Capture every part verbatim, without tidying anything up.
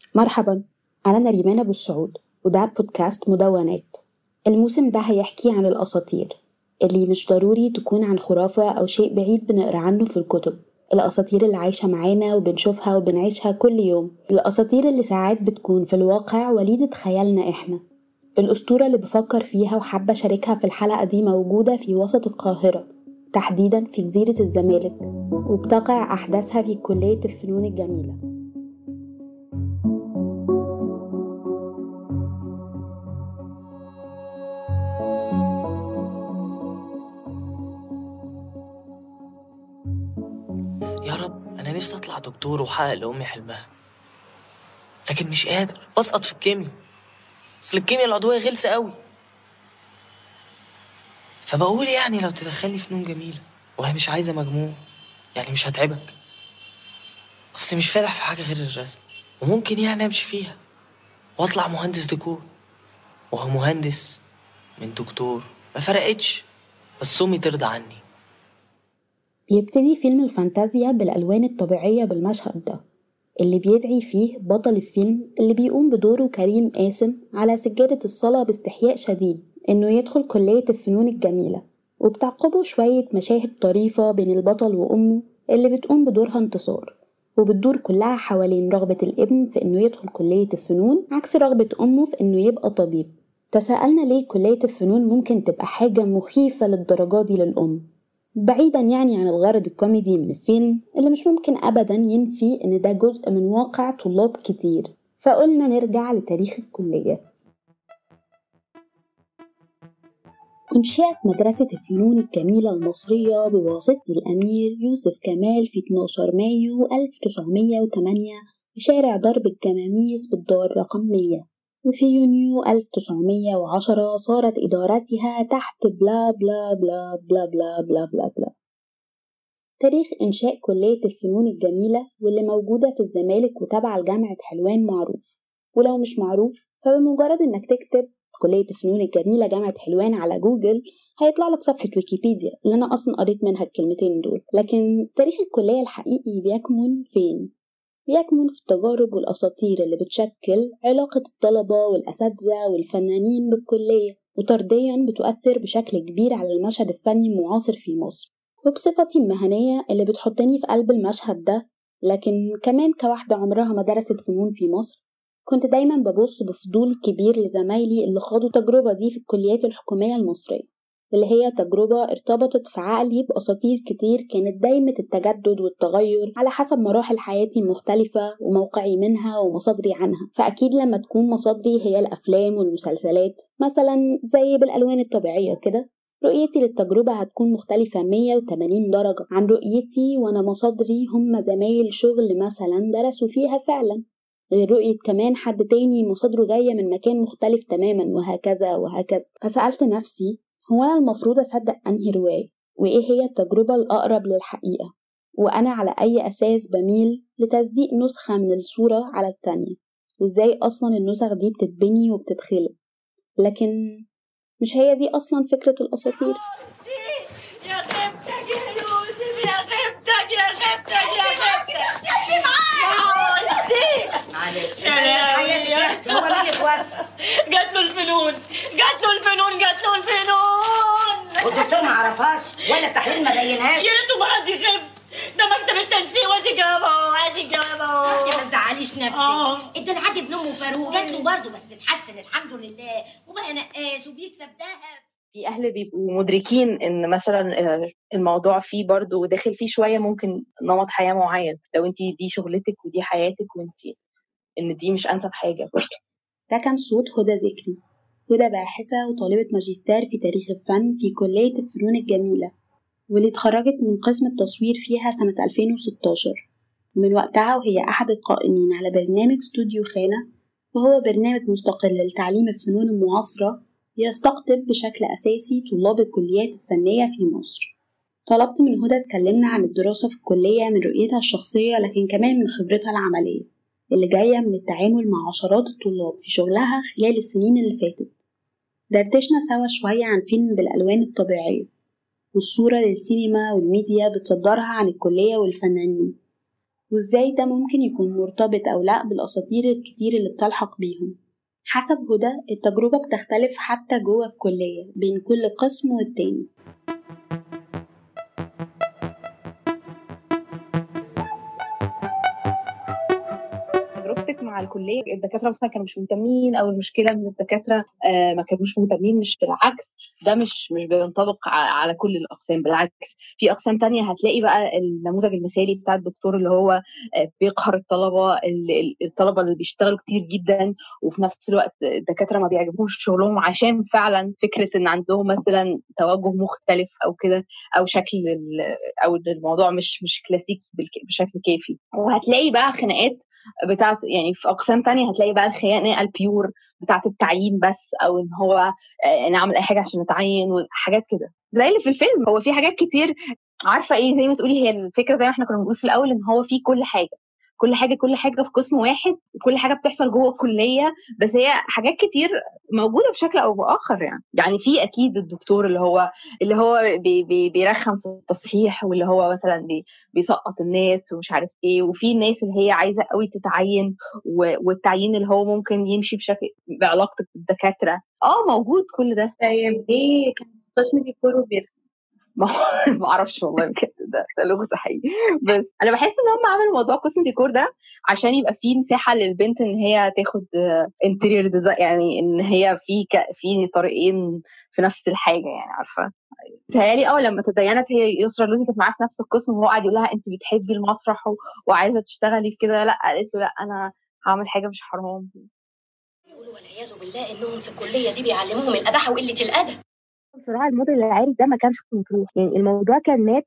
مرحبا، أنا نريمان أبو السعود وده بودكاست مدونات. الموسم ده هيحكي عن الأساطير اللي مش ضروري تكون عن خرافة أو شيء بعيد بنقرأ عنه في الكتب. الأساطير اللي عايشة معانا وبنشوفها وبنعيشها كل يوم، الأساطير اللي ساعات بتكون في الواقع وليدة خيالنا إحنا. الأسطورة اللي بفكر فيها وحابة أشاركها في الحلقة دي موجودة في وسط القاهرة، تحديدا في جزيرة الزمالك، وبتقع أحداثها في كلية الفنون الجميلة. يا رب أنا نفسي أطلع دكتور وحقق لأمي حلمها، لكن مش قادر، بسقط في الكيمياء. أصل الكيمياء العضوية غلسة قوي، فبقول يعني لو تدخلني فنون جميلة وهي مش عايزة مجموع، يعني مش هتعبك. أصل مش فالح في حاجة غير الرسم، وممكن يعني أمشي فيها وأطلع مهندس ديكور. وهو مهندس من دكتور ما فرقتش، بس أمي ترضى عني. بيبتدي فيلم الفانتازيا بالألوان الطبيعية بالمشهد ده اللي بيدعي فيه بطل الفيلم اللي بيقوم بدوره كريم قاسم على سجادة الصلاة باستحياء شديد إنه يدخل كلية الفنون الجميلة، وبتعقبه شوية مشاهد طريفة بين البطل وأمه اللي بتقوم بدورها انتصار، وبتدور كلها حوالين رغبة الابن في إنه يدخل كلية الفنون عكس رغبة أمه في إنه يبقى طبيب. تساءلنا ليه كلية الفنون ممكن تبقى حاجة مخيفة للدرجة دي للأم، بعيدا يعني عن الغرض الكوميدي من الفيلم اللي مش ممكن أبدا ينفي إن ده جزء من واقع طلاب كتير. فقلنا نرجع لتاريخ الكلية. انشئت مدرسة الفنون الجميلة المصرية بواسطة الأمير يوسف كمال في اتناشر مايو ألف وتسعمية وتمانية بشارع درب الجماميس بالدار رقم مية، وفي يونيو ألف وتسعمية وعشرة صارت إدارتها تحت بلا بلا بلا بلا بلا بلا بلا بلا. تاريخ إنشاء كلية الفنون الجميلة واللي موجودة في الزمالك وتابعة لجامعة حلوان معروف، ولو مش معروف فبمجرد إنك تكتب كلية الفنون الجميلة جامعة حلوان على جوجل هيطلع لك صفحة ويكيبيديا اللي أنا أصلا قريت منها الكلمتين دول. لكن تاريخ الكلية الحقيقي بيكمن فين؟ بيكمن في التجارب والأساطير اللي بتشكل علاقة الطلبة والأساتذة والفنانين بالكلية، وطرديا بتؤثر بشكل كبير على المشهد الفني المعاصر في مصر. وبصفتي المهنية اللي بتحطني في قلب المشهد ده، لكن كمان كواحدة عمرها ما درست فنون في مصر، كنت دايما ببص بفضول كبير لزمايلي اللي خاضوا التجربة دي في الكليات الحكومية المصرية، اللي هي تجربة ارتبطت في عقلي بأساطير كتير كانت دايمة التجدد والتغير على حسب مراحل حياتي المختلفة وموقعي منها ومصادري عنها. فأكيد لما تكون مصادري هي الأفلام والمسلسلات مثلا زي بالألوان الطبيعية كده، رؤيتي للتجربة هتكون مختلفة مية وتمانين درجة عن رؤيتي وأنا مصادري هم زمايل شغل مثلا درسوا فيها فعلا، غير رؤية كمان حد تاني مصادره جاية من مكان مختلف تماما، وهكذا وهكذا. فسألت نفسي، هو أنا المفروض أصدق أنهي رواية؟ وإيه هي التجربة الأقرب للحقيقة؟ وأنا على أي أساس بميل لتصديق نسخة من الصورة على التانية؟ وإزاي أصلا النسخ دي بتتبني وبتتخلق؟ لكن مش هي دي أصلا فكرة الأساطير؟ يا غبتك يا يوسف، يا غبتك يا غبتك يا غبتك يا عوزتي. معلش يا لهوي يا اختي، هو مين اتوفى؟ جات له الفنون، جات له الفنون، جات له الفنون. والدكتور ما عرفهاش ولا التحليل ما بينهاش. يا ريته مرض يخف، ده مكتب التنسيق وادي جابه وادي جابه. يا ما تزعليش نفسك، آه. ادى العادي ابن امه فاروق، جات له برضه بس اتحسن الحمد لله وبقى نقاش وبيكسب دهب. في أهل بيبقوا مدركين إن مثلا الموضوع فيه برضو داخل فيه شوية ممكن نمط حياة معين، لو انتي دي شغلتك ودي حياتك وانتي إن دي مش أنسب حاجة برضو. ده كان صوت هدى ذكري. هدى باحثة وطالبة ماجستير في تاريخ الفن في كلية الفنون الجميلة، واللي اتخرجت من قسم التصوير فيها سنة ألفين وستاشر. ومن وقتها وهي أحد القائمين على برنامج استوديو خانة، وهو برنامج مستقل لتعليم الفنون المعاصرة يستقطب بشكل أساسي طلاب الكليات الفنية في مصر. طلبت من هدى تكلمنا عن الدراسة في الكلية من رؤيتها الشخصية، لكن كمان من خبرتها العملية اللي جاية من التعامل مع عشرات الطلاب في شغلها خلال السنين اللي فاتت. دردشنا سوا شوية عن فيلم بالألوان الطبيعية والصورة للسينما والميديا بتصدرها عن الكلية والفنانين، وإزاي ده ممكن يكون مرتبط أو لأ بالأساطير الكتير اللي بتلحق بيهم. حسب هدى التجربة بتختلف حتى جوه الكلية بين كل قسم والتاني. تجربتك مع الكليه، الدكاتره مثلا كانوا مش مهتمين، او المشكله ان الدكاتره آه ما كانوش مهتمين؟ مش بالعكس، ده مش مش بينطبق على كل الاقسام، بالعكس في اقسام تانية هتلاقي بقى النموذج المثالي بتاع الدكتور اللي هو آه بيقهر الطلبه، الطلبه اللي بيشتغلوا كتير جدا، وفي نفس الوقت الدكاتره ما بيعجبهمش شغلهم عشان فعلا فكره ان عندهم مثلا توجه مختلف او كده، او شكل او الموضوع مش مش كلاسيكي بشكل كافي. وهتلاقي بقى خناقات بتاعت يعني في اقسام تانية، هتلاقي بقى الخيانه البيور بتاعت التعيين بس، او ان هو نعمل اي حاجه عشان نتعين وحاجات كده زي اللي في الفيلم. هو في حاجات كتير، عارفه ايه، زي ما تقولي هي الفكره زي ما احنا كنا بنقول في الاول، ان هو في كل حاجه كل حاجه كل حاجه في قسم واحد، كل حاجه بتحصل جوه الكليه، بس هي حاجات كتير موجوده بشكل او باخر. يعني يعني في اكيد الدكتور اللي هو اللي هو بي بي بيرخم في التصحيح، واللي هو مثلا بي بيسقط الناس ومش عارف ايه، وفي الناس اللي هي عايزه قوي تتعين، والتعيين اللي هو ممكن يمشي بشكل بعلاقتك بالدكاتره. اه موجود كل ده. طيب ليه كان قسم ديكور وبيرسم؟ ما ما اعرفش والله، بجد ده ده لغز حقيقي. بس انا بحس ان هم عملوا موضوع قسم ديكور ده عشان يبقى فيه مساحه للبنت ان هي تاخد انتيريور ديزاين، يعني ان هي في ك... في طريقين في نفس الحاجه، يعني عارفه. تهيالي اه لما تدينت هي يسرا لوزي كانت معاها في نفس القسم، وهو قاعد يقول لها انت بتحبي المسرح و... وعايزه تشتغلي في كده، لا قالت له لا انا هعمل حاجه مش حرام. يقولوا والعياذ بالله انهم في الكليه دي بيعلموهم الاباحه وقله الادب. صراع الموديل العالي ده ما كانش مطروح، يعني الموضوع كان مات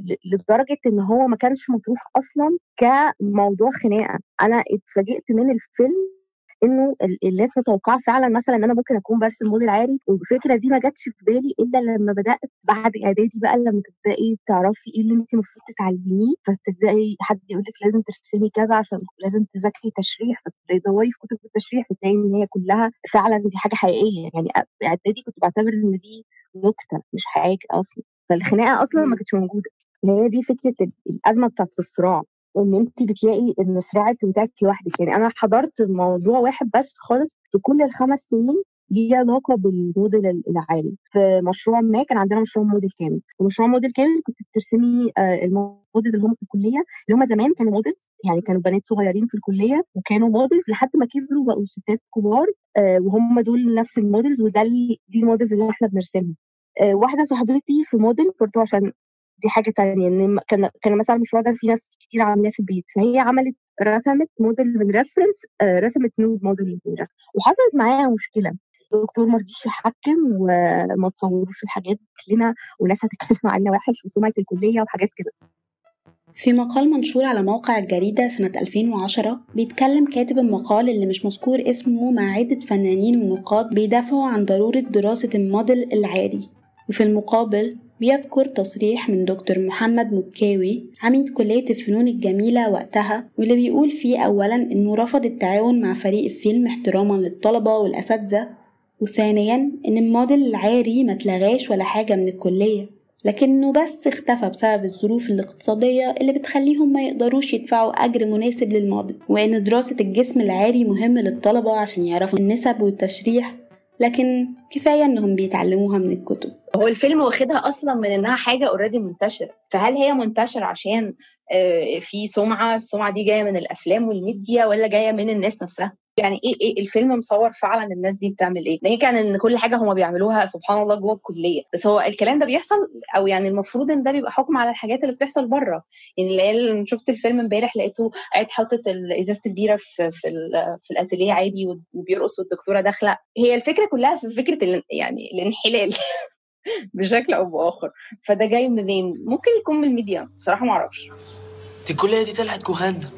لدرجه ان هو ما كانش مطروح اصلا كموضوع خناقه. انا اتفاجئت من الفيلم انه الناس متوقعه فعلا مثلا ان انا ممكن اكون برسم موديل عادي، والفكره دي ما جاتش في بالي الا لما بدات بعد اعدادي بقى، لما تبداي تعرفي ايه اللي انت المفروض تتعلميه، فتبداي حد يقول لك لازم ترسمي كذا عشان لازم تذاكري تشريح، فتبداي تدوري في كتب التشريح وتلاقي ان هي كلها فعلا دي حاجه حقيقيه. يعني اعدادي كنت بعتبر ان دي نكته مش حاجه اصلا، فالخناقه اصلا ما كانتش موجوده. هي دي فكره الازمه بتاعت الصراع، ان انت بتلاقي ان صراعك بتاعك لوحدك. يعني انا حضرت موضوع واحد بس خالص في كل الخمس سنين ليه علاقه بالموديل العالي. في مشروع ما كان عندنا مشروع موديل كامل، ومشروع موديل كامل كنت بترسمي الموديلز اللي هم في الكليه، اللي هم زمان كانوا موديلز، يعني كانوا بنات صغيرين في الكليه وكانوا موديلز لحد ما كبروا بقوا ستات كبار، وهم دول نفس الموديلز، وده دي الموديلز اللي احنا بنرسمها. واحده صاحبتي في موديل برضه، عشان دي حاجه تانية، ان كان كان مثلا المشروع ده في ناس كتير عاملاه في البيت، فهي عملت رسمت موديل من ريفرنس، آه رسمت نود موديل من ريفرنس، وحصلت معاها مشكله. الدكتور ما رضيش يحكم وما تصوروش الحاجات لنا، وناس هتتكلم عننا وحش وسمعه الكليه وحاجات كده. في مقال منشور على موقع الجريدة سنة ألفين وعشرة بيتكلم كاتب المقال اللي مش مذكور اسمه مع عدة فنانين ونقاد بيدافعوا عن ضرورة دراسة الموديل العاري، وفي المقابل بيذكر تصريح من دكتور محمد مكاوي عميد كلية الفنون الجميلة وقتها، واللي بيقول فيه أولا إنه رفض التعاون مع فريق الفيلم احتراما للطلبة والأساتذة، وثانيا إن الموديل العاري ما تلغاش ولا حاجة من الكلية، لكنه بس اختفى بسبب الظروف الاقتصادية اللي بتخليهم ما يقدروش يدفعوا أجر مناسب للموديل، وإن دراسة الجسم العاري مهم للطلبة عشان يعرفوا النسب والتشريح، لكن كفاية إنهم بيتعلموها من الكتب. هو الفيلم واخدها أصلا من إنها حاجة اوريدي منتشرة، فهل هي منتشرة عشان في سمعة السمعة دي جاية من الأفلام والميديا ولا جاية من الناس نفسها؟ يعني ايه ايه الفيلم مصور فعلا الناس دي بتعمل ايه؟ هي كان ان كل حاجه هم بيعملوها سبحان الله جوه الكليه، بس هو الكلام ده بيحصل، او يعني المفروض ان ده بيبقى حكم على الحاجات اللي بتحصل بره. يعني اللي شفت الفيلم امبارح لقيته قاعد حاطط ازازه البيره في في, في الاتيليه عادي وبيرقص والدكتوره داخله. هي الفكره كلها في فكره يعني الانحلال بشكل او باخر. فده جاي منين؟ ممكن يكون من الميديا، بصراحه ما اعرفش. دي الكليه دي طلعت جهنم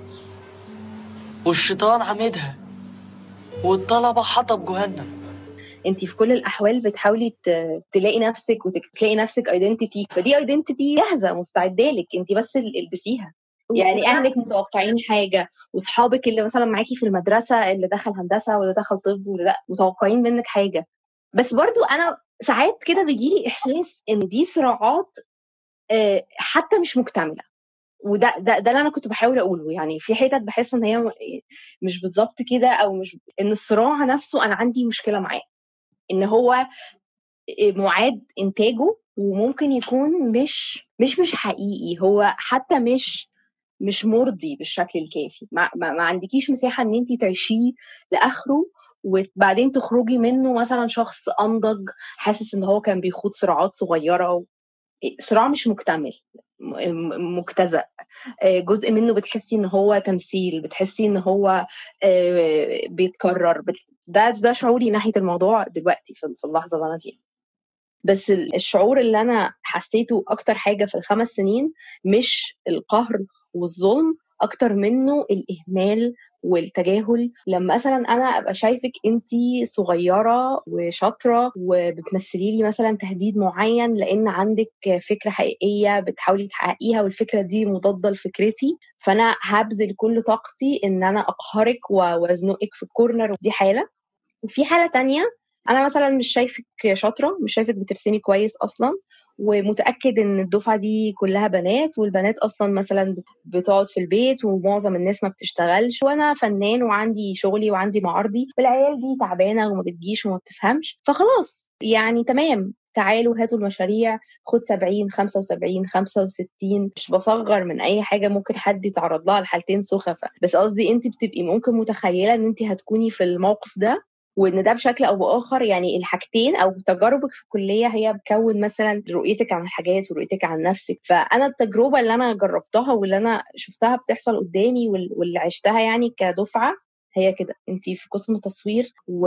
والشيطان عمدها والطلبة حطب جهنم. انت في كل الاحوال بتحاولي تلاقي نفسك وتلاقي نفسك ايدنتيتي، فدي ايدنتيتي جاهزه مستعده لك، انت بس البسيها. يعني اهلك متوقعين حاجه، واصحابك اللي مثلا معاكي في المدرسه اللي دخل هندسه واللي دخل طب واللي لا متوقعين منك حاجه. بس برضو انا ساعات كده بيجيلي احساس ان دي صراعات حتى مش مكتمله. وده ده, ده اللي انا كنت بحاول اقوله. يعني في حتت بحس ان هي مش بالظبط كده، او مش ان الصراع نفسه انا عندي مشكله معاه، ان هو معاد انتاجه وممكن يكون مش مش مش حقيقي، هو حتى مش مش مرضي بالشكل الكافي. ما, ما, ما عندكيش مساحه ان انت تعيشيه لاخره وبعدين تخرجي منه مثلا شخص انضج حاسس ان هو كان بيخوض صراعات صغيره، صراع مش مكتمل، مجتزأ. جزء منه بتحسي ان هو تمثيل، بتحسي ان هو بيتكرر. ده ده شعوري ناحيه الموضوع دلوقتي في اللحظه اللي انا فيها. بس الشعور اللي انا حسيته اكتر حاجه في الخمس سنين مش القهر والظلم، اكتر منه الاهمال والتجاهل. لما مثلا انا ابقى شايفك انتي صغيره وشاطره وبتمثلي لي مثلا تهديد معين لان عندك فكره حقيقيه بتحاولي تحققيها والفكره دي مضاده لفكرتي، فانا هبذل كل طاقتي ان انا اقهرك وازنقك في الكورنر. دي حاله. وفي حاله تانية، انا مثلا مش شايفك شاطره، مش شايفك بترسمي كويس اصلا، ومتاكد ان الدفعه دي كلها بنات، والبنات اصلا مثلا بتقعد في البيت ومعظم الناس ما بتشتغلش، وانا فنان وعندي شغلي وعندي معارضي، والعيال دي تعبانه وما بتجيش وما بتفهمش. فخلاص يعني تمام، تعالوا هاتوا المشاريع، خد سبعين خمسة وسبعين خمسة وستين. مش بصغر من اي حاجه ممكن حد يتعرض لها الحالتين سخفه، بس قصدي انت بتبقي ممكن متخيله ان انت هتكوني في الموقف ده، وان ده بشكل او باخر يعني الحاجتين او تجاربك في الكليه هي بتكون مثلا رؤيتك عن الحاجات ورؤيتك عن نفسك. فانا التجربه اللي انا جربتها واللي انا شفتها بتحصل قدامي واللي عشتها يعني كدفعه هي كده. انت في قسم تصوير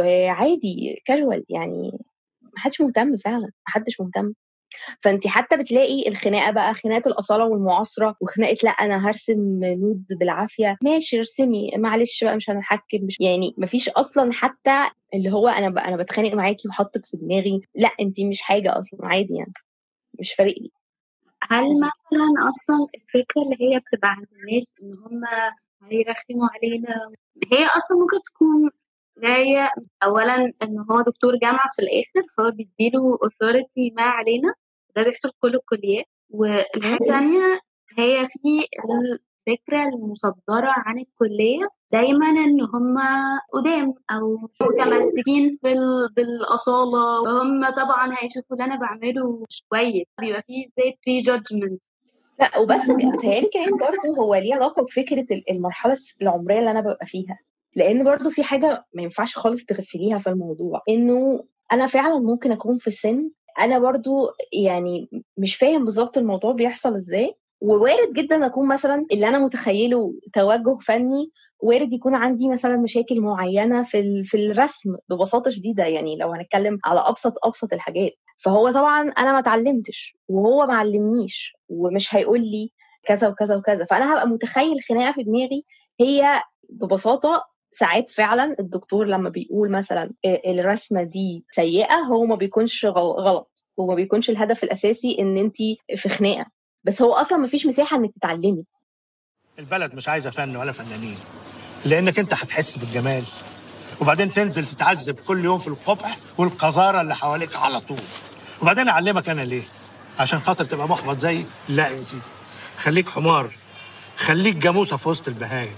وعادي كاجوال، يعني محدش مهتم، فعلا محدش مهتم. فانت حتى بتلاقي الخناقه بقى خناقه الاصاله والمعاصره، وخناقه لا انا هرسم نود بالعافيه، ماشي ارسمي معلش بقى مش هنحكم، مش يعني مفيش اصلا حتى اللي هو انا بقى انا بتخانق معاكي وحطك في دماغي، لا انت مش حاجه اصلا، عادي يعني مش فارق لي. هل مثلا اصلا الفكره اللي هي بتبقى عند الناس ان هم هيرخموا علينا، هي اصلا ممكن تكون جايه اولا ان هو دكتور جامعه في الاخر فهو بيديله authority ما علينا، ده بيحصل في كل الكليات. والحاجه الثانيه هي في الفكره المصدره عن الكليه دايما ان هم قدام او متمسكين بال... بالاصاله، وهم طبعا هيشوفوا اللي انا بعمله مش كويس، بيبقى فيه زي بري جادجمنت. لا وبس بتهيألي كمان برضه هو ليه علاقه بفكره المرحله العمريه اللي انا ببقى فيها، لان برضه في حاجه ما ينفعش خالص تغفليها في الموضوع، انه انا فعلا ممكن اكون في سن انا برضه يعني مش فاهم بالظبط الموضوع بيحصل ازاي، ووارد جدا اكون مثلا اللي انا متخيله توجه فني وارد يكون عندي مثلا مشاكل معينه في في الرسم ببساطه شديده، يعني لو هنتكلم على ابسط ابسط الحاجات. فهو طبعا انا ما اتعلمتش وهو ما علمنيش ومش هيقول لي كذا وكذا وكذا، فانا هبقى متخيل خناقه في دماغي. هي ببساطه ساعات فعلا الدكتور لما بيقول مثلا الرسمه دي سيئه هو ما بيكونش غلط، وما بيكونش الهدف الاساسي ان انت في خناقه، بس هو اصلا ما فيش مساحه انك تتعلمي. البلد مش عايزه فن ولا فنانين، لانك انت هتحس بالجمال وبعدين تنزل تتعذب كل يوم في القبح والقذاره اللي حواليك على طول. وبعدين اعلمك انا ليه؟ عشان خاطر تبقى محبط زيي؟ لا يا سيدي، خليك حمار، خليك جاموسه في وسط البهايم.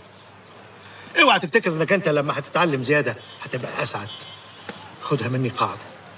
اوعى تفتكر انك انت لما هتتعلم زياده هتبقى اسعد. خدها مني قاعده،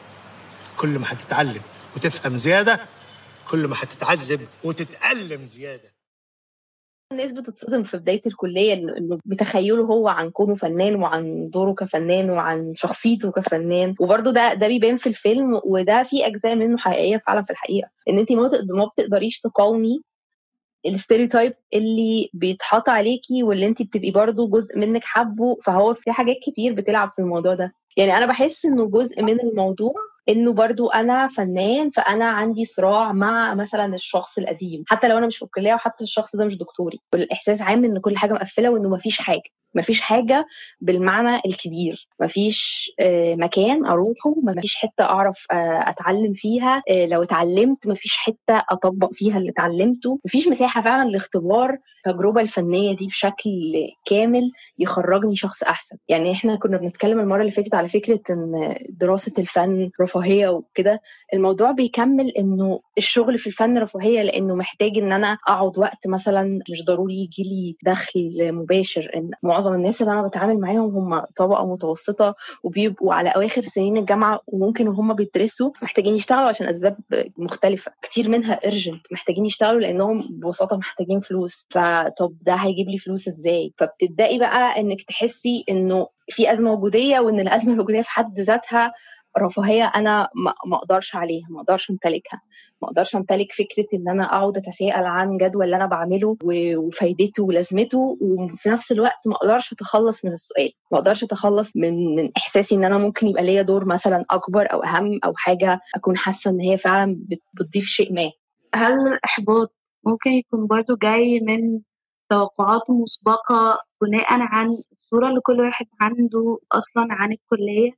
كل ما هتتعلم وتفهم زياده كل ما هتتعذب وتتألم زياده. الناس بتتصدم في بداية الكلية انه بتخيله هو عن كونه فنان وعن دوره كفنان وعن شخصيته كفنان، وبرده ده ده بيبان في الفيلم، وده في اجزاء منه حقيقية فعلا في الحقيقة، ان انت ما ما بتقدريش تقاومي الستيريوتايب اللي بيتحط عليكي واللي انت بتبقي برضو جزء منك حبه. فهو في حاجات كتير بتلعب في الموضوع ده. يعني انا بحس انه جزء من الموضوع انه برضو انا فنان، فانا عندي صراع مع مثلا الشخص القديم حتى لو انا مش في الكليه وحتى الشخص ده مش دكتوري، والاحساس عام ان كل حاجه مقفله وانه مفيش حاجه مفيش حاجة بالمعنى الكبير، مفيش مكان أروحه، مفيش حتة أعرف أتعلم فيها، لو اتعلمت مفيش حتة أطبق فيها اللي اتعلمته، مفيش مساحة فعلا لاختبار التجربة الفنية دي بشكل كامل يخرجني شخص أحسن. يعني إحنا كنا بنتكلم المرة اللي فاتت على فكرة إن دراسة الفن رفاهية وكده، الموضوع بيكمل إنه الشغل في الفن رفاهية لأنه محتاج إن أنا أقعد وقت مثلا مش ضروري يجيلي دخل مباشر. إن معظم الناس اللي أنا بتعامل معاهم هم طبقة متوسطة وبيبقوا على أواخر سنين الجامعة، وممكن وهم بيدرسوا محتاجين يشتغلوا عشان أسباب مختلفة، كتير منها urgent، محتاجين يشتغلوا لأنهم ببساطة محتاجين فلوس. فطب ده هيجيب لي فلوس إزاي؟ فبتبدأي بقى إنك تحسي إنه في أزمة وجودية، وإن الأزمة الوجودية في حد ذاتها رفاهية أنا ما أقدرش عليها، ما أقدرش أمتلكها، ما أقدرش أمتلك فكرة إن أنا أقعد أتساءل عن جدول اللي أنا بعمله وفايدته ولازمته، وفي نفس الوقت ما أقدرش أتخلص من السؤال، ما أقدرش أتخلص من من إحساسي إن أنا ممكن يبقى ليا دور مثلا أكبر أو أهم، أو حاجة أكون حاسة إن هي فعلا بتضيف شيء ما. هل الإحباط ممكن يكون برضو جاي من توقعات مسبقة بناء عن الصورة اللي كل واحد عنده أصلا عن الكلية؟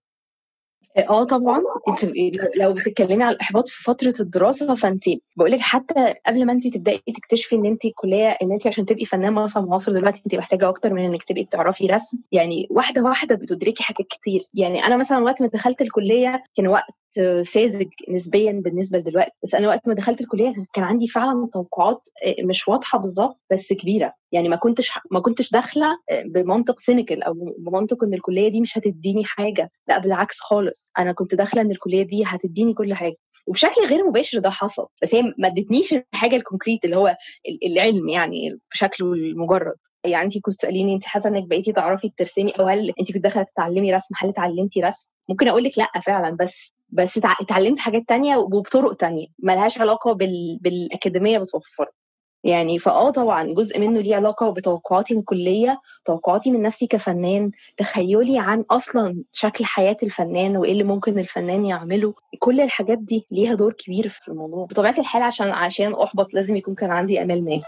اه طبعا. انت لو بتتكلمي على الاحباط في فتره الدراسه، فانت بقولك حتى قبل ما انت تبداي تكتشفي ان انت الكليه، ان انت عشان تبقي فنانه مثلا معاصر دلوقتي انت محتاجه اكتر من انك تبقي بتعرفي رسم. يعني واحده واحده بتدركي حاجات كتير. يعني انا مثلا وقت ما دخلت الكليه كان وقت ساذج نسبيا بالنسبه لدلوقتي، بس انا وقت ما دخلت الكليه كان عندي فعلا توقعات مش واضحه بالظبط بس كبيره. يعني ما كنتش ما كنتش داخله بمنطق سينيكال او بمنطق ان الكليه دي مش هتديني حاجه، لا بالعكس خالص، انا كنت داخله ان الكليه دي هتديني كل حاجه، وبشكل غير مباشر ده حصل، بس هي ما ادتنيش الحاجه الكونكريت اللي هو العلم يعني بشكله المجرد. يعني انت كنت تساليني انت حاسه انك بقيتي تعرفي ترسمي، او هل انت كنت داخله تتعلمي رسم، هل اتعلمتي رسم؟ ممكن اقول لك لا فعلا، بس بس اتعلمت حاجات تانية وبطرق تانية ملهاش علاقه بال... بالاكاديميه بتوفر. يعني فاه طبعا جزء منه ليه علاقه بتوقعاتي من الكليه، توقعاتي من نفسي كفنان، تخيلي عن اصلا شكل حياه الفنان وايه اللي ممكن الفنان يعمله. كل الحاجات دي ليها دور كبير في الموضوع. بطبيعه الحال عشان عشان احبط لازم يكون كان عندي امال ما.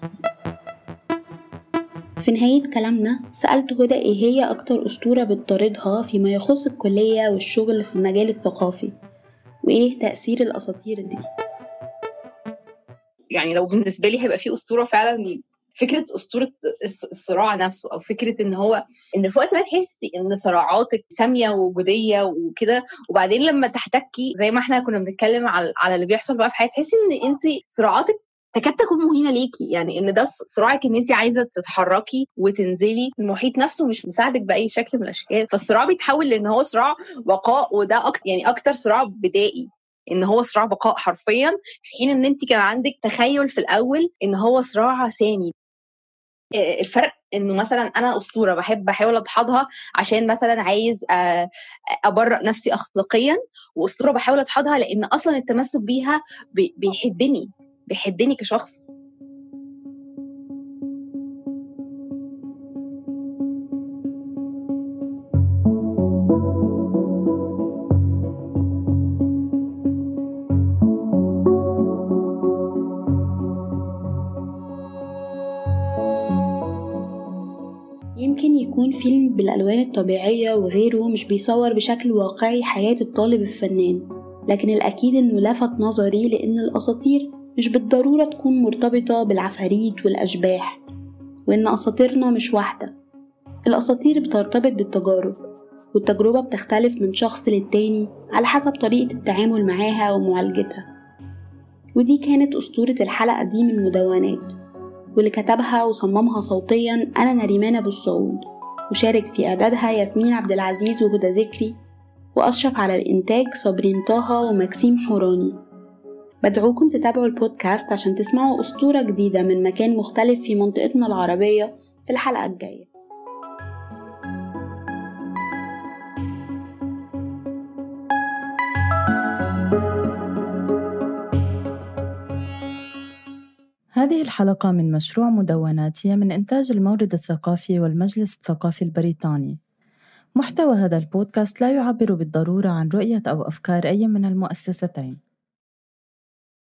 في نهاية كلامنا سألت هدى ايه هي اكتر اسطورة بتطاردها فيما يخص الكلية والشغل في المجال الثقافي، وايه تأثير الاساطير دي. يعني لو بالنسبه لي هيبقى في اسطوره فعلا، فكره اسطوره الصراع نفسه، او فكره ان هو ان في وقت ما تحسي ان صراعاتك ساميه وجوديه وكده، وبعدين لما تحتكي زي ما احنا كنا بنتكلم على على اللي بيحصل بقى في حياتك، تحسي ان انت صراعاتك تكاد تكون مهينه ليكي. يعني ان ده صراعك ان انت عايزه تتحركي وتنزلي، المحيط نفسه مش مساعدك باي شكل من الاشكال، فالصراع بيتحول لان هو صراع بقاء، وده أكتر يعني اكتر صراع بدائي، ان هو صراع بقاء حرفيا، في حين ان انت كان عندك تخيل في الاول ان هو صراع سامي. الفرق انه مثلا انا اسطوره بحب بحاول ادحضها عشان مثلا عايز ابرئ نفسي اخلاقيا، واسطوره بحاول ادحضها لان اصلا التمسك بيها بيحدني بيحدني كشخص. يمكن يكون فيلم بالألوان الطبيعية وغيره مش بيصور بشكل واقعي حياة الطالب الفنان، لكن الأكيد إنه لفت نظري لأن الأساطير مش بالضرورة تكون مرتبطة بالعفاريت والأشباح، وإن أساطيرنا مش واحدة. الأساطير بترتبط بالتجارب، والتجربة بتختلف من شخص للتاني على حسب طريقة التعامل معاها ومعالجتها. ودي كانت أسطورة الحلقة دي من مدونات، واللي كتبها وصممها صوتيا أنا نريمان أبو السعود، وشارك في إعدادها ياسمين عبد العزيز وهدى ذكري، وأشرف على الإنتاج صابرين طه ومكسيم حوراني. بدعوكم تتابعوا البودكاست عشان تسمعوا أسطورة جديدة من مكان مختلف في منطقتنا العربية في الحلقة الجاية. هذه الحلقة من مشروع مدونات هي من إنتاج المورد الثقافي والمجلس الثقافي البريطاني. محتوى هذا البودكاست لا يعبر بالضرورة عن رؤية أو أفكار أي من المؤسستين.